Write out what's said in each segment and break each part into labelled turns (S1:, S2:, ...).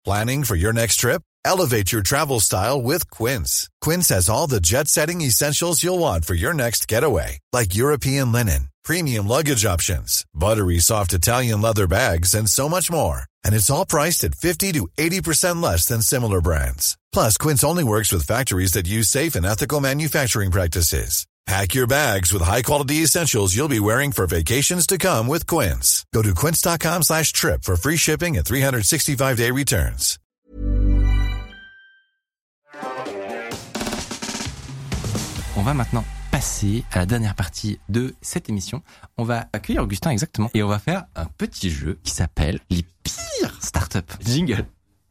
S1: Planning for your next trip? Elevate your travel style with Quince. Quince has all the jet-setting essentials you'll want for your next getaway, like European linen, premium luggage options, buttery soft Italian leather bags, and so much more. And it's all priced at 50 to 80% less than similar brands. Plus, Quince only works with factories that use safe and ethical manufacturing practices. Pack your bags with high-quality essentials you'll be wearing for vacations to come with Quince. Go to quince.com/trip for free shipping and 365-day returns.
S2: On va maintenant passer à la dernière partie de cette émission. On va accueillir Augustin exactement et on va faire un petit jeu qui s'appelle les pires startups. Jingle.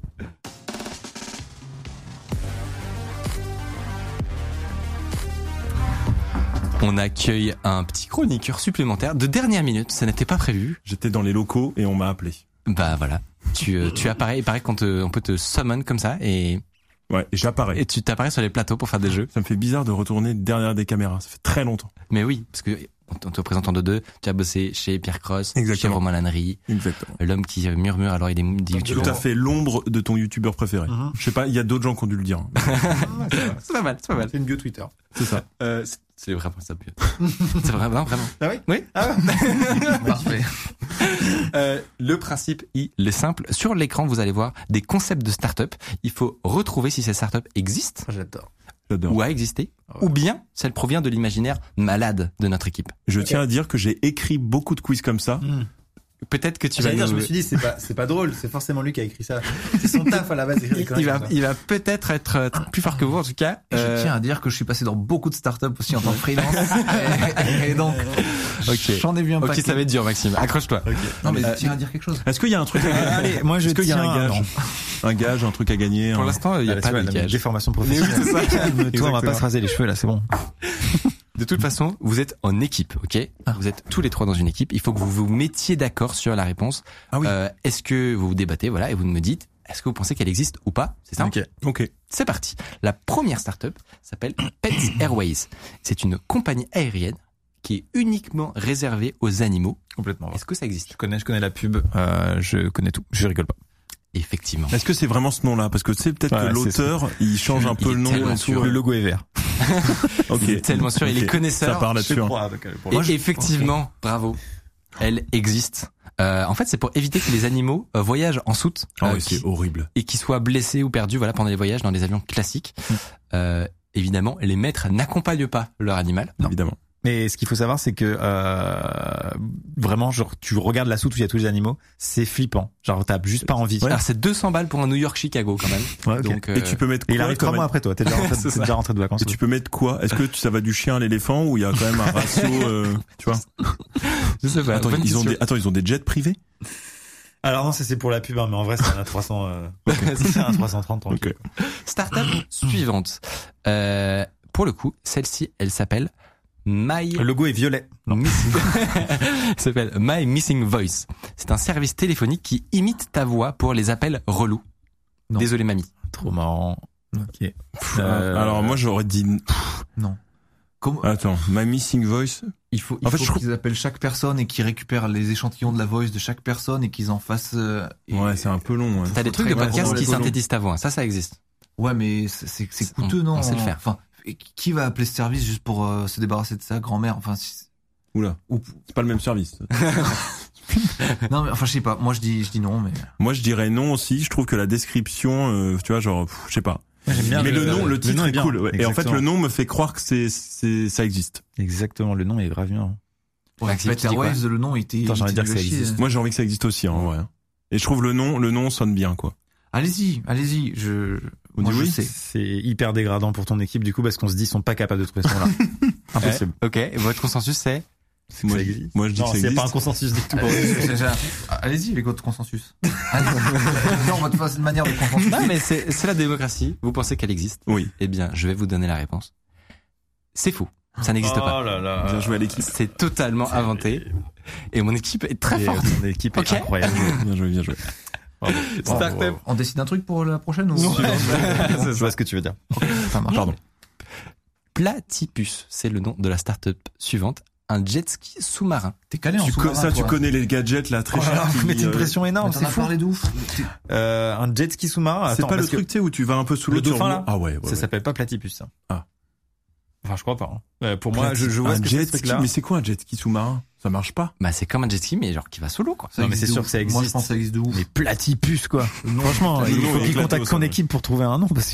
S2: On accueille un petit chroniqueur supplémentaire de dernière minute, ça n'était pas prévu.
S3: J'étais dans les locaux et on m'a appelé.
S2: Bah voilà, tu apparais, il paraît qu'on peut te summon comme ça et...
S3: Ouais, et j'apparais.
S2: Et tu t'apparais sur les plateaux pour faire des jeux.
S3: Ça me fait bizarre de retourner derrière des caméras, ça fait très longtemps.
S2: Mais oui, parce que en te présentant de deux, tu as bossé chez Pierre Cross, chez Romain Lannery,
S3: exactement.
S2: L'homme qui murmure alors il est dit youtubeur.
S3: Tout à fait l'ombre de ton youtubeur préféré. Je sais pas, il y a d'autres gens qui ont dû le dire.
S2: C'est pas mal.
S4: C'est une bio Twitter.
S3: C'est ça.
S2: C'est vraiment ça. C'est vraiment.
S4: Ah oui?
S2: Oui.
S4: Ah parfait.
S2: Le principe, il est simple. Sur l'écran, vous allez voir des concepts de start-up. Il faut retrouver si ces start-up existent.
S4: J'adore.
S2: Ou a existé. Ou bien, si elle provient de l'imaginaire malade de notre équipe.
S3: Je tiens à dire que j'ai écrit beaucoup de quiz comme ça.
S2: Peut-être que tu vas
S4: je me suis dit, c'est pas drôle, c'est forcément lui qui a écrit ça. C'est son taf à la base.
S2: Il va peut-être être plus fort que vous, en tout cas.
S5: Je tiens à dire que je suis passé dans beaucoup de startups aussi en tant que freelance. et donc, j'en ai vu un paquet.
S2: Ok, ça va être dur, Maxime. Accroche-toi.
S5: Okay. Non, mais je tiens à dire quelque chose.
S3: Est-ce qu'il y a un truc à gagner?
S4: Allez, moi,
S3: est-ce qu'il y a un gage? Un gage, un truc à gagner?
S2: Pour l'instant, il n'y a pas de gage.
S4: Des formations professionnelles.
S2: Oui, c'est ça.
S4: Toi, on va pas se raser les cheveux, là, c'est bon.
S2: De toute façon, vous êtes en équipe, ok? Vous êtes tous les trois dans une équipe. Il faut que vous vous mettiez d'accord sur la réponse.
S3: Ah oui.
S2: Est-ce que vous vous débattez, voilà, et vous me dites, est-ce que vous pensez qu'elle existe ou pas? C'est ça?
S3: Ok.
S2: C'est parti. La première startup s'appelle Pets Airways. C'est une compagnie aérienne qui est uniquement réservée aux animaux.
S4: Complètement.
S2: Est-ce que ça existe?
S4: Je connais la pub. Je connais tout. Je rigole pas.
S2: Effectivement.
S3: Est-ce que c'est vraiment ce nom-là? Parce que tu sais, peut-être que l'auteur, il change un peu le nom.
S4: Le logo est vert.
S2: Ok. Il est tellement sûr, il est connaisseur.
S3: Ça part là-dessus.
S2: Et effectivement, bravo. Elle existe. En fait, c'est pour éviter que les animaux voyagent en soute.
S3: C'est horrible.
S2: Et qu'ils soient blessés ou perdus, voilà, pendant les voyages dans les avions classiques. Évidemment, les maîtres n'accompagnent pas leur animal.
S3: Non. Évidemment.
S4: Mais ce qu'il faut savoir, c'est que vraiment, genre, tu regardes la soute où il y a tous les animaux, c'est flippant. Genre, t'as juste pas envie.
S2: Ouais. Alors, c'est 200 balles pour un New York-Chicago quand même.
S4: Ouais, okay.
S2: Donc,
S3: et tu peux mettre quoi?
S4: Il arrive 3 mois après toi. T'es déjà rentré de vacances.
S3: Et tu peux mettre quoi? Est-ce que ça va du chien à l'éléphant ou il y a quand même un ratio, tu vois?
S2: Je sais pas.
S3: Attends, ils ont des jets privés?
S4: Alors non, c'est pour la pub, hein, mais en vrai, c'est un 300, c'est un 330.
S3: Okay.
S2: Startup suivante. Pour le coup, celle-ci, elle s'appelle
S4: Le logo est violet.
S2: Elle s'appelle My Missing Voice. C'est un service téléphonique qui imite ta voix pour les appels relous. Non. Désolé, mamie.
S4: Trop marrant. Ok.
S3: Alors moi, j'aurais dit
S5: non.
S3: Comment... Attends, My Missing Voice.
S5: Il faut qu'ils appellent chaque personne et qu'ils récupèrent les échantillons de la voice de chaque personne et qu'ils en fassent.
S3: Ouais, c'est un peu long.
S2: T'as des trucs de podcast qui synthétisent ta voix. Ça existe.
S5: Ouais, mais c'est coûteux, non?
S2: On sait le faire.
S5: Enfin, qui va appeler ce service juste pour se débarrasser de sa grand-mère? Enfin,
S3: oula. C'est pas le même service.
S5: Non, mais enfin, je sais pas. Moi, je dis non, mais.
S3: Moi, je dirais non aussi. Je trouve que la description, tu vois, genre, je sais pas.
S4: J'aime bien.
S3: Mais le titre est cool. Ouais. Et en fait, le nom me fait croire que ça existe.
S4: Exactement. Le nom est grave bien.
S5: Ouais, Pets Airways, le nom était.
S4: Attends, j'ai envie de dire que ça existe.
S3: Moi, j'ai envie que ça existe aussi, en vrai. Et je trouve le nom sonne bien, quoi.
S5: Allez-y.
S4: Moi, oui, c'est hyper dégradant pour ton équipe, du coup, parce qu'on se dit, ils sont pas capables de trouver ce nom-là. Impossible.
S2: Ok. Et votre consensus, c'est?
S3: Moi, je dis que ça existe.
S4: C'est pas un consensus du tout.
S5: Allez-y, les gars de consensus. Non, votre manière de consensus.
S2: Non, mais c'est la démocratie. Vous pensez qu'elle existe?
S3: Oui.
S2: Eh bien, je vais vous donner la réponse. C'est faux. Ça n'existe pas.
S4: Oh là là.
S3: Bien joué à l'équipe.
S2: C'est totalement inventé. Et mon équipe est très forte.
S4: Mon équipe est incroyable.
S3: Bien joué.
S2: Startup.
S5: On décide un truc pour la prochaine ou?
S4: Je vois ce que tu veux dire.
S5: Ça marche.
S2: Pardon. Platypus, c'est le nom de la startup suivante. un jet ski sous-marin.
S5: T'es calé en sous-marin,
S3: Ça, tu
S5: toi.
S3: connais les gadgets là, très chers.
S4: Vous mettez une pression énorme,
S5: Mais t'en
S4: c'est
S5: as
S4: fou.
S5: parlé de ouf.
S4: Un jet ski sous-marin.
S3: C'est
S4: Attends,
S3: pas le
S4: parce que
S3: truc, tu sais, où tu vas un peu sous
S4: le
S3: l'eau. tu
S4: dauphin,
S3: remontes.
S4: là
S3: Ah ouais.
S4: ça s'appelle pas platypus, ça.
S3: Ah.
S4: Enfin, je crois pas. Pour moi, je vois
S3: un
S4: ce que
S3: jet
S4: c'est ce
S3: ski.
S4: truc-là.
S3: Mais c'est quoi un jet ski sous-marin? Ça marche pas.
S2: Bah, c'est comme un jet ski, mais genre qui va sous l'eau, quoi.
S5: Ça
S4: Non, mais
S5: existe
S4: c'est
S5: de
S4: sûr
S5: ouf.
S4: que ça
S5: Moi, je
S4: existe.
S5: pense que ça existe de ouf.
S4: Mais platypus, quoi. Franchement,
S3: Le
S4: il
S3: nom
S4: faut
S3: est
S4: qu'il
S3: éclaté
S4: contacte
S3: au
S4: son
S3: sol.
S4: équipe pour trouver un nom, parce que.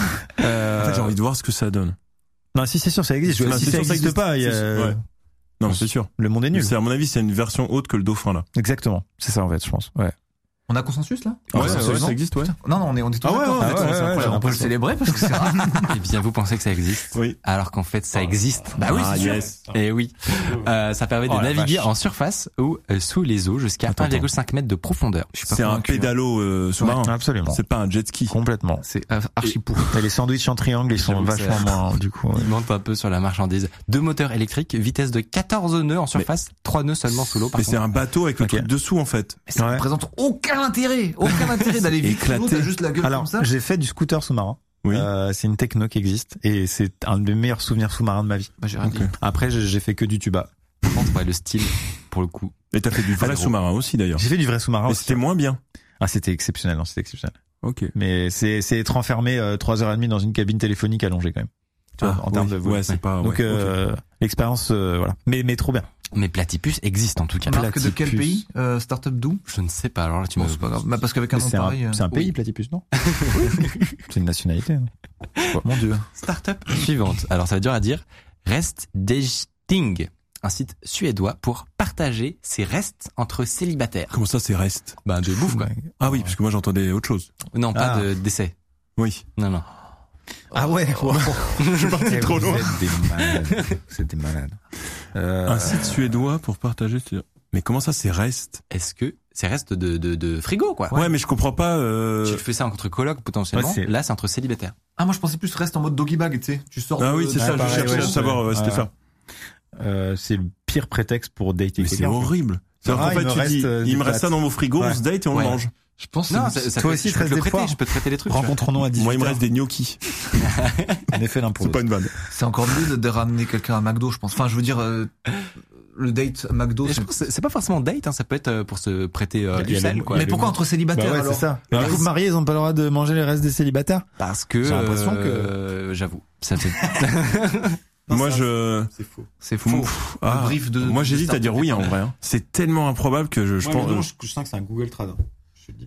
S3: En fait, j'ai envie de voir ce que ça donne.
S4: Non, si c'est sûr, ça existe.
S3: Non,
S4: Si
S3: c'est
S4: ça
S3: sûr, ça
S4: existe
S3: existe.
S4: pas, il y a...
S3: C'est- ouais. Non, c'est sûr.
S4: le monde est nul.
S3: C'est, à mon avis, c'est une version haute que le dauphin, là.
S4: Exactement. C'est ça, en fait, je pense. Ouais.
S5: On a consensus là?
S3: Ouais,
S5: Consensus,
S3: ouais,
S5: non
S3: ça existe, ouais.
S5: Non, on est tous
S3: Ah ouais,
S5: d'accord.
S3: ouais,
S5: C'est
S3: ouais,
S5: incroyable.
S4: j'ai
S5: On peut le
S4: l'impression.
S5: célébrer parce que c'est rare.
S2: Eh bien, vous pensez que ça existe.
S3: Oui.
S2: Alors qu'en fait, ça existe.
S5: Bah oui,
S3: Ah,
S5: c'est sûr.
S3: yes.
S2: Et oui. Ça permet de
S4: Oh la
S2: naviguer
S4: vache.
S2: en surface ou sous les eaux jusqu'à
S4: Attends,
S2: 1,5 mètre de profondeur. Je suis pas
S3: C'est un
S2: convaincu, hein.
S3: pédalo sous-marin.
S4: Absolument.
S3: C'est pas un jet ski.
S4: Complètement.
S5: C'est archi pourri.
S4: Et les sandwichs en triangle, ils sont
S2: J'avoue que
S4: vachement
S2: c'est-
S4: moins, du coup.
S2: Il monte un peu sur la marchandise. 2 moteurs électriques, vitesse de 14 nœuds en surface, 3 nœuds seulement sous l'eau. Par
S3: Mais c'est
S2: contre.
S3: un bateau avec le
S4: Ok.
S3: truc dessous, en fait.
S5: Mais ça
S4: Ouais.
S5: ne présente aucun intérêt d'aller vite sous l'eau,
S3: éclaté.
S5: t'as juste la gueule
S4: Alors,
S5: comme ça.
S4: j'ai fait du scooter sous-marin.
S3: Oui.
S4: C'est une techno qui existe et c'est un des meilleurs souvenirs sous-marins de ma vie.
S5: Bah, j'ai rien
S3: Ok.
S5: dit.
S4: Après, j'ai fait que du tuba.
S2: Par contre, ouais, le style, pour le coup.
S3: Et t'as fait du vrai
S4: gros.
S3: sous-marin aussi, d'ailleurs.
S4: J'ai fait du vrai sous-marin
S3: Mais
S4: aussi.
S3: c'était moins bien.
S4: Ah, c'était exceptionnel, non, c'était exceptionnel.
S3: Ok.
S4: Mais c'est être enfermé 3h30 dans une cabine téléphonique allongée quand même. Tu vois, en termes de vol.
S3: Ouais, c'est pas,
S4: Donc,
S3: ouais. Ok.
S4: l'expérience, voilà. Mais trop bien.
S2: Mais Platypus existe en tout cas.
S5: Marque de quel
S4: Platypus.
S5: pays? Startup d'où?
S2: Je ne sais pas. Alors là, tu
S5: Bon,
S2: me
S5: c'est pas grave. Bah, parce qu'avec un nom
S4: C'est
S5: pareil.
S4: un pays,
S2: oui.
S4: Platypus, non? C'est une nationalité. Hein.
S5: Mon dieu.
S2: Startup suivante. Alors ça va être dur à dire. Restdating, un site suédois pour partager ses restes entre célibataires.
S3: Comment ça, c'est reste?
S2: Bah de bouffe quoi.
S3: Ah oui, parce que moi, j'entendais autre chose.
S2: Non, pas
S4: Ah.
S2: de décès.
S3: Oui.
S2: Non.
S4: Ah ouais, wow.
S3: Je suis parti trop
S4: Vous
S3: loin.
S4: êtes des malades. Vous êtes des malades.
S3: Un site suédois pour partager. Mais comment ça, c'est reste?
S2: Est-ce que c'est restes de frigo quoi?
S3: Ouais, mais je comprends pas.
S2: Tu fais ça entre colocs potentiellement.
S4: Ouais, c'est-
S2: Là, c'est entre célibataires.
S5: Ah, moi je pensais plus reste en mode doggy bag, tu sais. Tu sors.
S3: Ah
S5: de-
S3: oui, c'est
S5: de-
S3: ça.
S4: pareil,
S3: Je cherchais
S4: ouais,
S3: à savoir.
S4: ouais.
S3: C'était ça.
S4: C'est le pire prétexte pour dater
S3: Mais c'est
S4: quelqu'un.
S3: horrible. C'est
S4: Ah,
S3: qu'en
S4: il
S3: fait,
S4: me
S3: tu dis,
S4: reste,
S3: il
S4: des
S3: me reste ça
S4: pâtes.
S3: dans mon frigo, on
S4: Ouais.
S3: se date et on
S2: Ouais.
S3: le mange.
S5: Je pense
S2: Non,
S5: que
S2: ça
S4: Toi
S2: peut-
S4: aussi,
S2: je
S4: te
S2: peux
S4: reste
S2: te le
S4: des
S2: prêter.
S4: poires.
S2: Je peux te prêter les trucs. tu vois.
S4: Rencontrons-nous à 18h.
S3: Moi, il me reste des gnocchis.
S4: En effet, l'un pour
S3: C'est pas
S4: l'autre.
S3: une vanne.
S5: c'est encore mieux de ramener quelqu'un à McDo, je pense. Enfin, je veux dire, le date McDo.
S2: Et je pense que c'est pas forcément date, hein, ça peut être pour se prêter
S4: Il y
S2: du
S4: a
S2: sel
S4: le-
S2: quoi.
S5: Mais pourquoi entre
S4: Bah
S5: célibataires
S4: ouais,
S5: alors?
S4: c'est ça. Les
S3: Ah,
S4: couples
S3: c'est-
S4: mariés, ils ont pas le droit de manger les restes des célibataires.
S2: Parce que
S4: J'ai l'impression
S2: j'avoue, ça fait
S3: Moi, je.
S5: C'est faux.
S3: Ah,
S5: Le brief de.
S3: moi, j'hésite
S5: de
S3: à dire oui, en vrai. Hein. C'est tellement improbable que je pense.
S4: je sens que c'est un Google Trad. Je te le dis.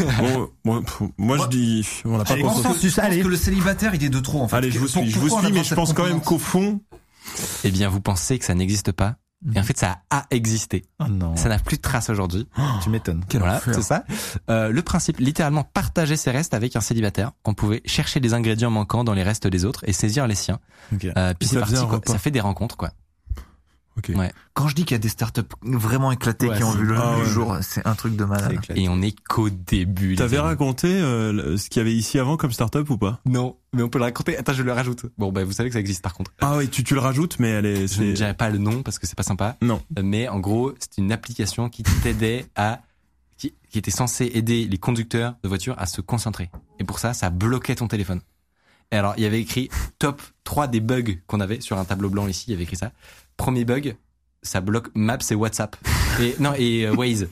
S3: Moi, je dis, on n'a pas
S4: Allez,
S3: pensé.
S4: consensus,
S5: Je pense
S4: allez.
S5: que le célibataire, il est de trop en fait.
S3: Allez, je vous suis,
S5: Pourquoi on a
S3: mais
S5: besoin
S3: je
S5: de
S3: pense
S5: cette
S3: quand même
S5: confidence
S3: qu'au fond,
S2: Eh bien, vous pensez que ça n'existe pas. Et en fait, ça a existé.
S4: Oh non.
S2: Ça n'a plus de trace aujourd'hui.
S4: Tu m'étonnes.
S2: Voilà,
S3: enfer.
S2: c'est ça. Le principe, littéralement, partager ses restes avec un célibataire. On pouvait chercher les ingrédients manquants dans les restes des autres et saisir les siens.
S4: Ok.
S2: Puis
S3: ça
S2: c'est parti,
S3: faisait un
S2: quoi.
S3: repas.
S2: Ça fait des rencontres, quoi.
S3: ok.
S2: Ouais.
S5: Quand je dis qu'il y a des startups vraiment éclatées
S2: Ouais,
S5: qui ont
S2: c'est-
S5: vu le
S3: ah ouais.
S5: jour, c'est un truc de
S4: C'est
S5: malade.
S4: éclaté.
S2: Et on est qu'au début. les
S3: T'avais
S2: amis.
S3: raconté ce qu'il y avait ici avant comme start-up ou pas?
S2: Non, mais on peut le raconter. Attends, je le rajoute. Bon, bah, vous savez que ça existe par contre.
S3: Ah oui, tu le rajoutes, mais elle est.
S2: Je ne dirai pas le nom parce que c'est pas sympa.
S3: Non.
S2: Mais en gros, c'est une application qui t'aidait qui était censée aider les conducteurs de voitures à se concentrer. Et pour ça, ça bloquait ton téléphone. Et alors, il y avait écrit top 3 des bugs qu'on avait sur un tableau blanc ici. Il y avait écrit ça. Premier bug, ça bloque Maps et WhatsApp. Et Waze.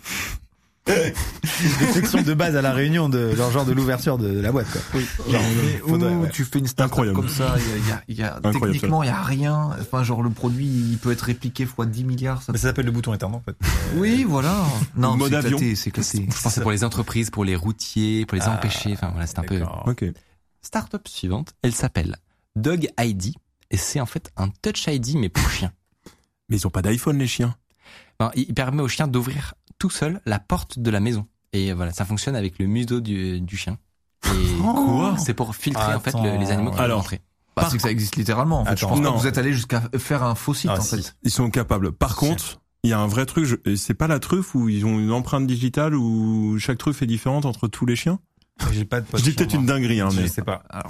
S4: Réflexion de base à la réunion de genre de l'ouverture de la boîte, quoi.
S2: Oui.
S4: Genre,
S5: Où
S4: faudrait, ouais.
S5: tu fais une startup
S3: Incroyable.
S5: comme ça, il y a
S3: Incroyable,
S5: techniquement il y a rien. Enfin, genre le produit, il peut être répliqué fois 10 milliards. Ça...
S4: Mais ça s'appelle le bouton éternel, en fait.
S5: Oui, voilà. Non,
S3: Mode
S5: c'est
S3: avion.
S5: éclaté, c'est éclaté.
S2: Je pense que c'est pour les entreprises, pour les routiers, pour les empêcher. Enfin, voilà, c'est un peu.
S4: D'accord.
S3: Ok.
S2: Startup suivante, elle s'appelle Dog ID. Et c'est en fait un Touch ID, mais pour chien.
S3: Mais ils ont pas d'iPhone, les chiens.
S2: Non, il permet au chien d'ouvrir tout seul la porte de la maison. Et voilà, ça fonctionne avec le museau du chien. Et
S3: Quoi
S2: c'est pour filtrer en fait
S4: Attends.
S2: les animaux qui vont
S3: Alors,
S2: rentrer.
S5: Parce que ça existe littéralement. En fait. Je
S4: Attends.
S5: pense pas
S3: Non.
S5: que vous êtes allé jusqu'à faire un faux site
S4: Ah,
S5: en
S4: si.
S5: fait.
S3: Ils sont capables. Par contre, il y a un vrai truc. C'est pas la truffe où ils ont une empreinte digitale où chaque truffe est différente entre tous les chiens.
S4: J'ai pas de pote
S3: Je dis
S4: chien,
S3: peut-être une
S4: moi.
S3: dinguerie, hein,
S4: Je
S3: mais.
S4: sais pas.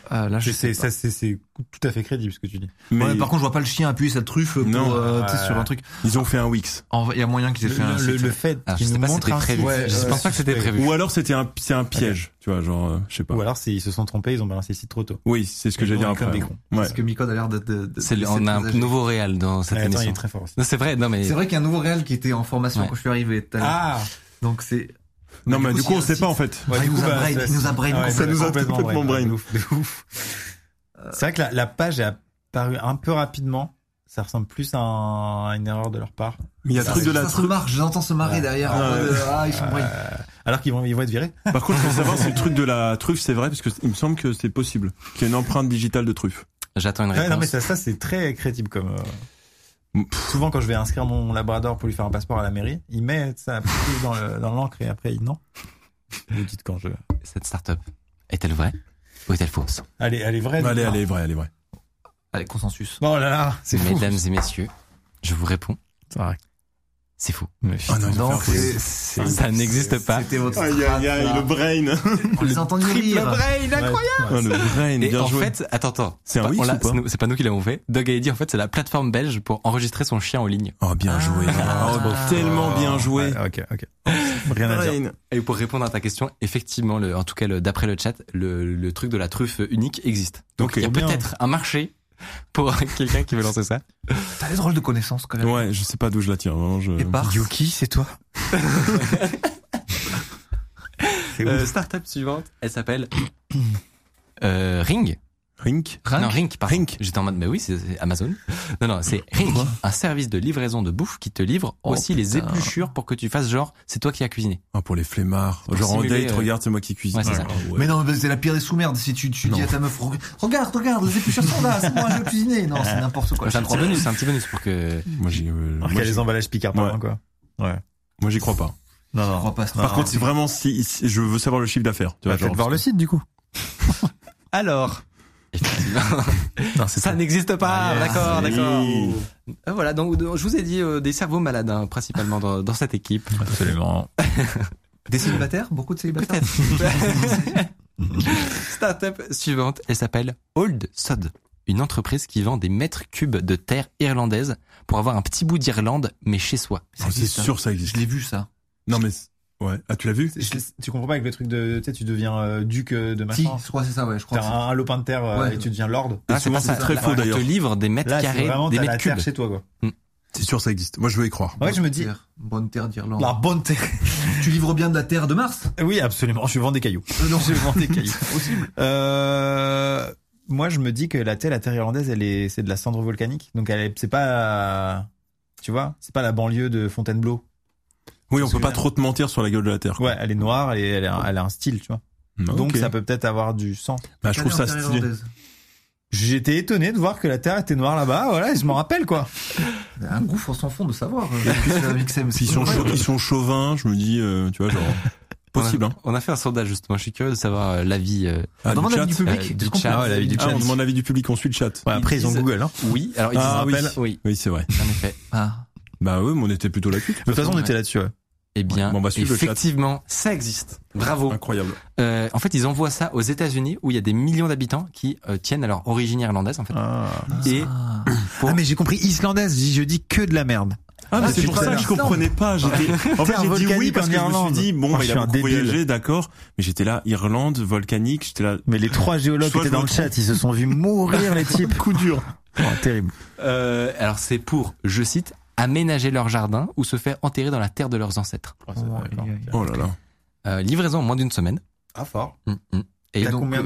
S5: Là, je sais pas.
S4: C'est tout à fait crédible ce que tu dis.
S3: Mais
S5: Ouais, par contre, je vois pas le chien appuyer sa truffe pour,
S3: Non.
S5: tu sais, sur un truc.
S3: ils ont fait un Wix.
S5: Il y a moyen qu'ils aient fait un
S4: Le
S5: site.
S4: fait
S2: Alors,
S4: qu'ils
S2: je sais
S4: nous
S2: pas si
S4: montrent
S2: c'était
S4: un
S2: prévu.
S4: site,
S2: Je pense pas que c'était prévu.
S3: Ou alors c'est un piège, tu vois, genre, je sais pas.
S4: Ou alors ils se sont trompés, ils ont balancé le site trop tôt.
S3: Oui, c'est ce que
S4: Ils
S3: j'allais dire
S4: ont
S3: après.
S4: comme des cons.
S3: Ouais.
S5: Parce que Micode a l'air de
S2: On a un nouveau réal dans cette
S4: Attends, il
S2: émission.
S4: est très fort aussi.
S2: Non, c'est vrai, non mais.
S5: C'est vrai qu'il y a un nouveau réel qui était en formation
S2: Ouais.
S5: quand je suis arrivé tout à l'heure.
S4: Ah.
S5: Donc c'est.
S3: Non, mais du coup, on
S5: si
S3: sait
S5: un
S3: pas, en
S5: site-
S3: fait.
S5: Ah, il nous a brain, il nous a brain.
S4: Ouais,
S3: Ça nous a complètement brain.
S4: De ouf. C'est vrai que la page est apparue un peu rapidement. Ça ressemble plus à une erreur de leur part.
S3: Mais il y a le truc de la
S5: se marre, j'entends se marrer
S4: Ouais.
S5: derrière.
S3: Ouais.
S5: Ils sont brain.
S4: Alors qu'ils vont être virés.
S3: Par contre, il faut savoir si le truc de la truffe, c'est vrai, parce que il me semble que c'est possible. Qu'il y a une empreinte digitale de truffe.
S2: J'attends une
S4: Ouais,
S2: réponse.
S4: non, mais ça c'est très crédible comme. Souvent, quand je vais inscrire mon labrador pour lui faire un passeport à la mairie, il met ça dans l'encre et après non. Vous dites quand je.
S2: Cette start-up est-elle vraie ou est-elle fausse?
S4: Elle est vraie.
S3: Allez, elle est vraie.
S5: Allez, consensus.
S4: Oh là là, c'est fou.
S2: Mesdames et messieurs, je vous réponds,
S4: C'est vrai.
S2: c'est faux.
S3: Ah non, il
S5: Non,
S3: va faire faux.
S2: Ça n'existe pas.
S5: C'était votre
S3: Aïe, aïe, aïe, le brain.
S5: On les a entendus rire.
S3: Oh, le brain,
S2: Et
S3: bien
S2: en
S3: joué.
S2: fait, attends.
S3: C'est un
S2: pas-
S3: Wix
S2: on l'a-
S3: ou pas
S2: c'est pas nous qui l'avons fait. Doug a dit, en fait, c'est la plateforme belge pour enregistrer son chien en ligne.
S3: Oh, bien joué. Oh, tellement bien joué.
S4: Ouais, ok. Rien à dire.
S3: Brain.
S2: Et pour répondre à ta question, effectivement, en tout cas, d'après le chat, le truc de la truffe unique existe. Donc,
S3: Ok.
S2: il y a
S4: Bien.
S2: peut-être un marché pour quelqu'un qui veut lancer ça.
S5: T'as des drôles de connaissances quand même.
S3: Ouais, je sais pas d'où je la tire. Vraiment,
S5: Et par.
S4: Yuki, c'est toi.
S2: Startup suivante, elle s'appelle Ring.
S3: Rink.
S2: Non, Ring, pardon.
S3: Ring.
S2: J'étais en mode, mais oui, c'est Amazon. Non, c'est Ring, un service de livraison de bouffe qui te livre
S5: Oh,
S2: aussi les
S5: putain.
S2: épluchures pour que tu fasses genre, c'est toi qui as cuisiné.
S3: Oh, pour les flemmards.
S2: Pour
S3: Genre en
S2: simuler,
S3: date, regarde, c'est moi qui cuisine.
S2: Ouais, c'est ça.
S3: ouais.
S5: Mais non, mais c'est la pire des sous-merdes. Si tu dis à ta meuf, regarde, les épluchures sont là, c'est moi, je vais cuisiner. Non, c'est n'importe quoi.
S2: C'est un petit bonus, c'est un petit bonus pour que.
S3: Moi, j'y
S4: Alors qu'il y a les emballages Picard par main, quoi. Ouais.
S3: moi, j'y crois pas.
S4: Non,
S5: Je crois pas.
S3: Par contre, c'est vraiment si je veux savoir le chiffre d'affaires. Tu vois,
S4: Faites
S3: genre,
S4: voir le site, du coup.
S2: Alors. Effectivement.
S4: Non, c'est
S2: Ça n'existe pas,
S4: Yes.
S2: d'accord,
S3: Oui.
S2: d'accord. Voilà, donc je vous ai dit des cerveaux malades, hein, principalement dans cette équipe.
S4: Absolument.
S5: Des célibataires? Beaucoup de célibataires?
S2: Startup suivante, elle s'appelle Old Sod, une entreprise qui vend des mètres cubes de terre irlandaise pour avoir un petit bout d'Irlande, mais chez soi.
S3: Oh, c'est sûr, ça existe.
S5: Je l'ai vu, ça.
S3: Non, mais ouais. Ah, tu l'as vu?
S4: Tu comprends pas avec le truc de, tu sais, tu deviens duc de
S5: Si,
S4: machin.
S5: je crois que c'est ça, ouais, je crois.
S4: T'as
S5: que
S4: un lopin de terre
S5: Ouais.
S4: et tu deviens lord.
S2: Ah,
S3: souvent,
S2: pas
S3: c'est très
S2: Là,
S3: faux,
S2: on
S3: d'ailleurs.
S2: te livre des mètres
S4: Là, c'est
S2: carrés,
S4: vraiment
S2: des
S4: t'as la
S2: mètres
S4: terre
S2: cubes.
S4: chez toi, quoi.
S3: C'est sûr, ça existe. Moi, je veux y croire.
S4: Ouais, je me dis.
S5: Bonne terre d'Irlande.
S4: La bonne terre.
S5: Tu livres bien de la terre de Mars?
S4: Oui, absolument. Je vends des cailloux.
S5: Non,
S4: Je vends des cailloux.
S5: possible.
S4: Moi, je me dis que la terre irlandaise, c'est de la cendre volcanique. Donc, c'est pas, tu vois, c'est pas la banlieue de Fontainebleau.
S3: Oui, on
S4: Parce
S3: peut
S4: que
S3: pas trop te mentir sur la gueule de la terre. quoi.
S4: Ouais, elle est noire et elle a un style, tu vois. Donc,
S3: Ok.
S4: ça peut peut-être avoir du sens.
S3: Bah, je trouve ça
S5: Terre
S3: stylé.
S5: irlandaise.
S4: J'étais étonné de voir que la terre était noire là-bas. Voilà, je m'en rappelle, quoi.
S5: Un gouffre sans fond de savoir.
S3: Puis ils sont chauvins, je me dis, tu vois, genre, possible, hein.
S2: On a fait un sondage justement, je suis curieux de savoir l'avis
S3: Ah,
S5: Demande
S3: du
S5: l'avis
S3: chat.
S5: du public.
S2: du
S5: Est-ce qu'on
S2: chat.
S5: peut-
S4: Ah ouais, l'avis du
S3: Ah,
S4: chat.
S3: on demande l'avis du public, on suit le chat.
S4: Ouais, après, ils ont
S2: disent-
S4: Google, hein.
S2: Oui, alors ils
S3: Ah,
S2: disent
S3: oui.
S2: oui,
S3: Oui, c'est vrai.
S2: en effet.
S5: Ah.
S3: Bah oui, mais on était plutôt là-dessus.
S4: De toute façon, on était là-dessus, ouais.
S2: Eh bien,
S3: Bon, on va suivre le chat.
S2: effectivement, ça existe. Bravo.
S3: Incroyable.
S2: En fait, ils envoient ça aux États-Unis où il y a des millions d'habitants qui tiennent à leur origine irlandaise en fait. Et
S5: Ah.
S2: pour-
S4: Ah, mais j'ai compris islandaise. Je dis que de la merde.
S3: Ah, mais
S5: Ah,
S3: c'est
S5: tu
S3: pour ça
S5: connais
S3: que je
S5: l'Islande.
S3: comprenais pas. J'étais, en fait,
S4: Terre
S3: j'ai dit oui
S4: volcanique
S3: parce
S4: en
S3: que je me suis
S4: Irlande.
S3: dit, bon,
S4: Oh,
S3: bah,
S4: je
S3: il
S4: suis
S3: a
S4: un
S3: beaucoup
S4: débile.
S3: voyagé, d'accord. Mais j'étais là, Irlande, volcanique, j'étais là.
S4: Mais les 3 géologues qui
S3: Soit
S4: étaient
S3: je
S4: dans
S3: me
S4: le chat, ils se sont vus mourir, les types.
S3: Coup dur.
S4: Oh, terrible.
S2: alors c'est pour, je cite, aménager leur jardin ou se faire enterrer dans la terre de leurs ancêtres.
S3: Oh là là.
S2: Livraison en moins d'une semaine.
S4: Ah, fort.
S2: Et
S4: T'as
S2: donc,
S4: combien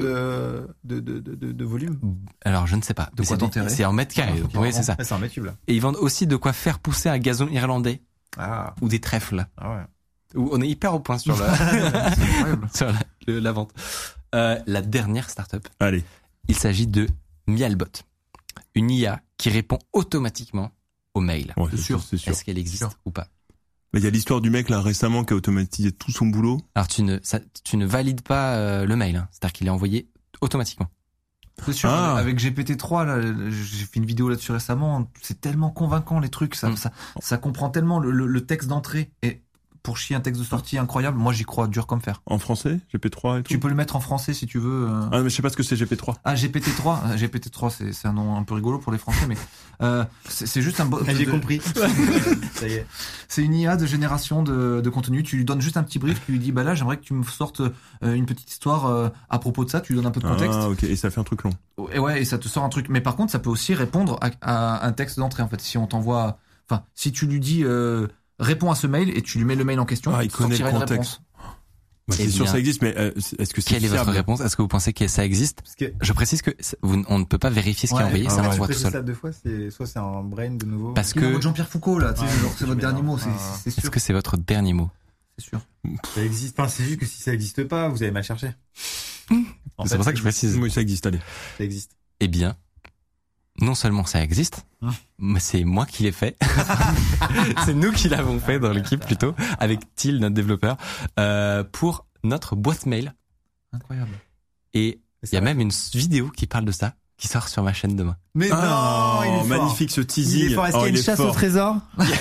S4: de volume?
S2: alors je ne sais pas.
S5: De quoi t'enterrer?
S2: C'est en mètres carrés. Oui, c'est ça.
S4: C'est un mètre cube, là.
S2: Et ils vendent aussi de quoi faire pousser un gazon irlandais
S4: Ah,
S2: ou des trèfles.
S4: ouais.
S2: Où on est hyper au point sur sur la vente. La dernière startup.
S3: Allez.
S2: Il s'agit de Mialbot, une IA qui répond automatiquement aux mails.
S3: Ouais, c'est sûr.
S2: Est-ce qu'elle existe
S5: Sûr.
S2: ou pas?
S3: Mais il y a l'histoire du mec, là, récemment, qui a automatisé tout son boulot.
S2: Alors tu ne valides pas le mail, hein. C'est-à-dire qu'il est envoyé automatiquement.
S5: C'est sûr,
S3: Ah.
S5: avec GPT-3, là, j'ai fait une vidéo là-dessus récemment, c'est tellement convaincant les trucs, ça comprend tellement le texte d'entrée. Et pour chier un texte de sortie incroyable, moi j'y crois dur comme fer.
S3: En français, GP3 et tout.
S5: Tu peux le mettre en français si tu veux.
S3: Ah, mais je sais pas ce que c'est GP3.
S5: Ah, GPT-3. GPT-3, c'est un nom un peu rigolo pour les Français, mais c'est juste un
S4: J'ai compris. Ça y est.
S5: C'est une IA de génération de contenu. Tu lui donnes juste un petit brief, tu lui dis bah là j'aimerais que tu me sortes une petite histoire à propos de ça. Tu lui donnes un peu de contexte.
S3: Ah, ok. Et ça fait un truc long.
S5: Et ouais, et ça te sort un truc. Mais par contre, ça peut aussi répondre à un texte d'entrée en fait. Si on t'envoie, enfin, si tu lui dis réponds à ce mail et tu lui mets le mail en question,
S3: il connaît le contexte.
S5: Réponse.
S3: Bah, c'est sûr, ça existe, mais est-ce que c'est
S2: quelle est votre réponse? Est-ce que vous pensez que ça existe?
S4: Parce que
S2: Je précise que on ne peut pas vérifier ce qui est envoyé, ça l'envoie tout seul.
S4: Ça 2 fois, soit c'est un brain de nouveau.
S2: Parce
S5: Que
S2: que
S5: Jean-Pierre Foucault là, tu sais, genre, c'est votre dernier mot, c'est sûr.
S2: est-ce que c'est votre dernier mot?
S5: C'est sûr.
S4: Ça existe. Enfin, c'est juste que si ça existe pas, vous avez mal cherché.
S2: C'est pour ça que je précise.
S3: Oui, ça existe, allez.
S4: Ça existe.
S2: Eh bien, non seulement ça existe, mais c'est moi qui l'ai fait. C'est nous qui l'avons fait dans l'équipe plutôt, avec Thiel, notre développeur, pour notre boîte mail.
S5: Incroyable.
S2: Et il y a même une vidéo qui parle de ça, qui sort sur ma chaîne demain.
S4: Mais non, il est fort.
S3: Magnifique ce teasing.
S4: Il est fort. Est-ce qu'il y a une chasse au trésor?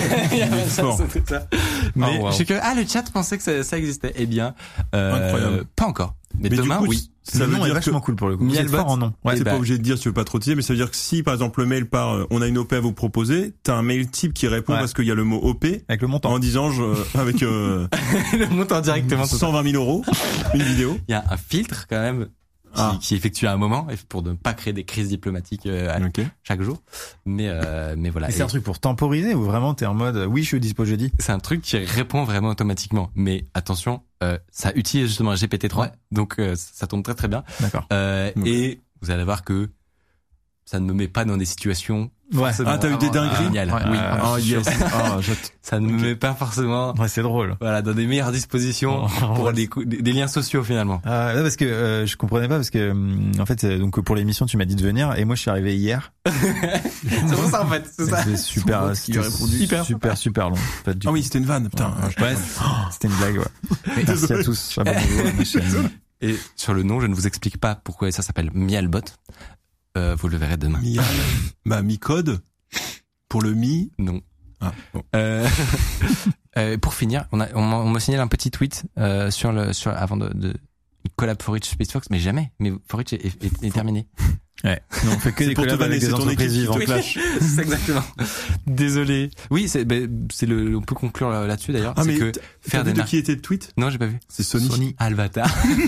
S2: Mais
S3: wow.
S2: je sais que le chat pensait que ça existait. Eh bien,
S3: incroyable.
S2: Pas encore. Mais
S3: du
S2: demain,
S3: coup,
S2: oui.
S3: Ça
S4: Le
S3: veut
S4: nom est
S3: dire
S4: vachement cool pour le coup. Vous êtes
S2: Miel
S4: fort en nom.
S2: Ouais,
S3: c'est
S2: bah,
S3: pas obligé de dire si tu veux pas trop teaser, mais ça veut dire que si par exemple le mail part, on a une OP à vous proposer, t'as un mail type qui répond parce qu'il y a le mot OP
S4: Avec le montant.
S3: en disant avec
S2: le montant directement.
S3: 120 000 € une vidéo.
S2: Il y a un filtre quand même qui effectue à un moment pour ne pas créer des crises diplomatiques
S3: Ok.
S2: chaque jour. Mais voilà.
S4: Et c'est
S2: Et
S4: un truc pour temporiser ou vraiment t'es en mode oui je suis dispo jeudi.
S2: c'est un truc qui répond vraiment automatiquement. Mais attention, ça utilise justement GPT-3,
S5: Ouais.
S2: donc ça tombe très très bien.
S4: D'accord.
S2: Et vous allez voir que ça ne me met pas dans des situations.
S4: Ouais.
S2: forcément
S3: Ah, t'as eu des dingueries?
S2: géniales.
S5: Ouais,
S2: Oui.
S3: Ah yes.
S2: Ça ne me met pas forcément.
S4: Ouais, c'est drôle.
S2: Voilà, dans des meilleures dispositions pour
S4: Ouais.
S2: des liens sociaux finalement.
S4: Là, parce que je comprenais pas parce que en fait donc pour l'émission tu m'as dit de venir et moi je suis arrivé hier.
S2: C'est pour ça en fait. C'est ça.
S4: C'était super,
S5: Son qui lui a répondu.
S4: super long. En fait, du
S3: Ah
S4: coup.
S3: oui, c'était une vanne, putain.
S4: Ouais, c'était une blague. Ouais. Merci à tous. Abonnez-vous à ma chaîne.
S2: Et sur le nom, je ne vous explique pas pourquoi ça s'appelle Mialbot. Vous le verrez demain.
S3: Mial. Bah, mi-code. Pour le mi.
S2: Non.
S3: Ah, bon.
S2: Pour finir, on m'a signalé un petit tweet avant de collab For Rich Space Fox, mais jamais. Mais For Rich est terminé.
S4: Ouais. Non, on fait que des
S3: pour te
S4: collabs avec
S3: vanner,
S4: des
S3: c'est ton
S4: entreprises
S3: équipe qui te
S4: vivantes.
S3: clash.
S2: C'est exactement. Désolé. Oui, on peut conclure là-dessus d'ailleurs.
S3: Ah,
S2: c'est
S3: mais
S2: que faire des
S3: de qui était le tweet?
S2: Non, j'ai pas vu.
S3: C'est Sony.
S2: Alvatar.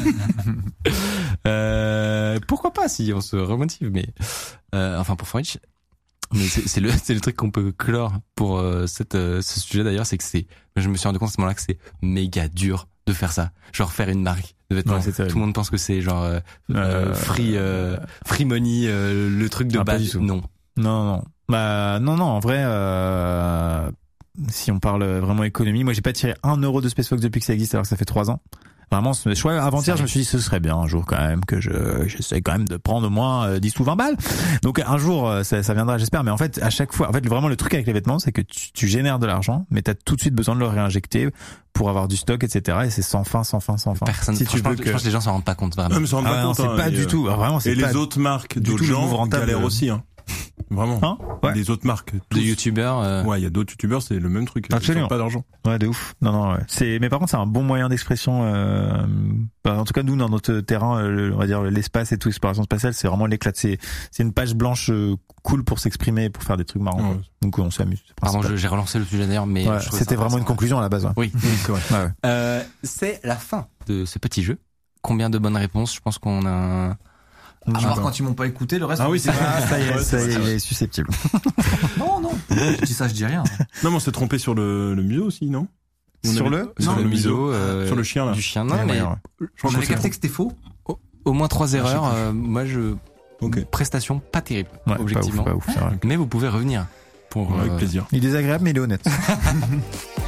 S2: Pourquoi pas si on se remotive, mais enfin pour For Rich. Mais c'est le truc qu'on peut clore pour ce sujet d'ailleurs, c'est que je me suis rendu compte à ce moment-là que c'est méga dur de faire ça. Genre faire une marque de vêtements.
S4: Ouais, c'est terrible.
S2: Tout le monde pense que c'est genre free money, le truc de
S4: Ah, pas
S2: base.
S4: du tout.
S2: Non.
S4: Non. Bah non. En vrai, si on parle vraiment économie, moi j'ai pas tiré 1 euro de SpaceFox depuis que ça existe alors que ça fait 3 ans. Vraiment, ce choix avant-hier, je me suis dit ce serait bien un jour quand même que j'essaie quand même de prendre au moins 10 ou 20 balles. Donc un jour ça viendra, j'espère. Mais en fait, à chaque fois, vraiment le truc avec les vêtements, c'est que tu génères de l'argent, mais t'as tout de suite besoin de le réinjecter pour avoir du stock, etc. Et c'est sans fin.
S2: Personne.
S4: Si tu veux
S2: je pense que les gens s'en rendent pas compte vraiment.
S3: Non, mais ça rend pas
S4: non,
S3: compte,
S4: c'est
S3: hein,
S4: pas
S3: et,
S4: du tout. Vraiment, c'est
S3: Et
S4: pas
S3: les autres marques
S4: du
S3: d'autres
S4: tout le move
S3: gens
S4: rentable.
S3: galèrent aussi, hein. Vraiment.
S4: Hein ouais.
S3: Les autres marques.
S2: De youtubeurs.
S3: Ouais, il y a d'autres youtubeurs, c'est le même truc.
S4: Absolument.
S3: Ils ont pas d'argent.
S4: Ouais, de ouf. Non, ouais. Mais par contre, c'est un bon moyen d'expression. En tout cas, nous, dans notre terrain, on va dire l'espace et tout, exploration spatiale, c'est vraiment l'éclat. C'est une page blanche cool pour s'exprimer et pour faire des trucs marrants.
S3: Ouais.
S4: Donc, on s'amuse. c'est
S2: Pardon,
S4: principal.
S2: j'ai relancé le sujet d'ailleurs, mais
S4: Ouais,
S2: je trouvais
S4: c'était
S2: ça
S4: vraiment une
S2: intéressant.
S4: conclusion à la base. Ouais.
S2: Oui.
S4: C'est vrai. Ouais.
S2: C'est la fin de ce petit jeu. Combien de bonnes réponses? Je pense qu'on a.
S5: Alors quand ils m'ont pas écouté, le reste.
S3: Ah oui,
S5: c'est
S4: Ça y est,
S3: Ouais,
S4: ça y
S3: c'est
S4: est,
S3: vrai.
S4: il est susceptible.
S5: Non. Je dis ça, je dis rien.
S3: Non, mais on s'est trompé sur le museau aussi, non? On
S4: Sur
S3: avait-
S4: le
S2: Sur
S3: Non,
S2: le
S3: le
S2: museau.
S3: Sur le chien, là.
S2: Du chien, non,
S4: Ouais,
S2: mais
S4: ouais.
S3: Je crois
S5: On
S3: qu'on
S5: avait
S3: s'est
S5: capté que c'était faux.
S2: au moins 3 erreurs. Moi,
S3: Ok.
S2: prestation pas terrible,
S4: Ouais,
S2: objectivement.
S4: Pas ouf, c'est vrai.
S2: Mais vous pouvez revenir pour.
S3: Avec plaisir.
S4: Il est désagréable, mais il est honnête.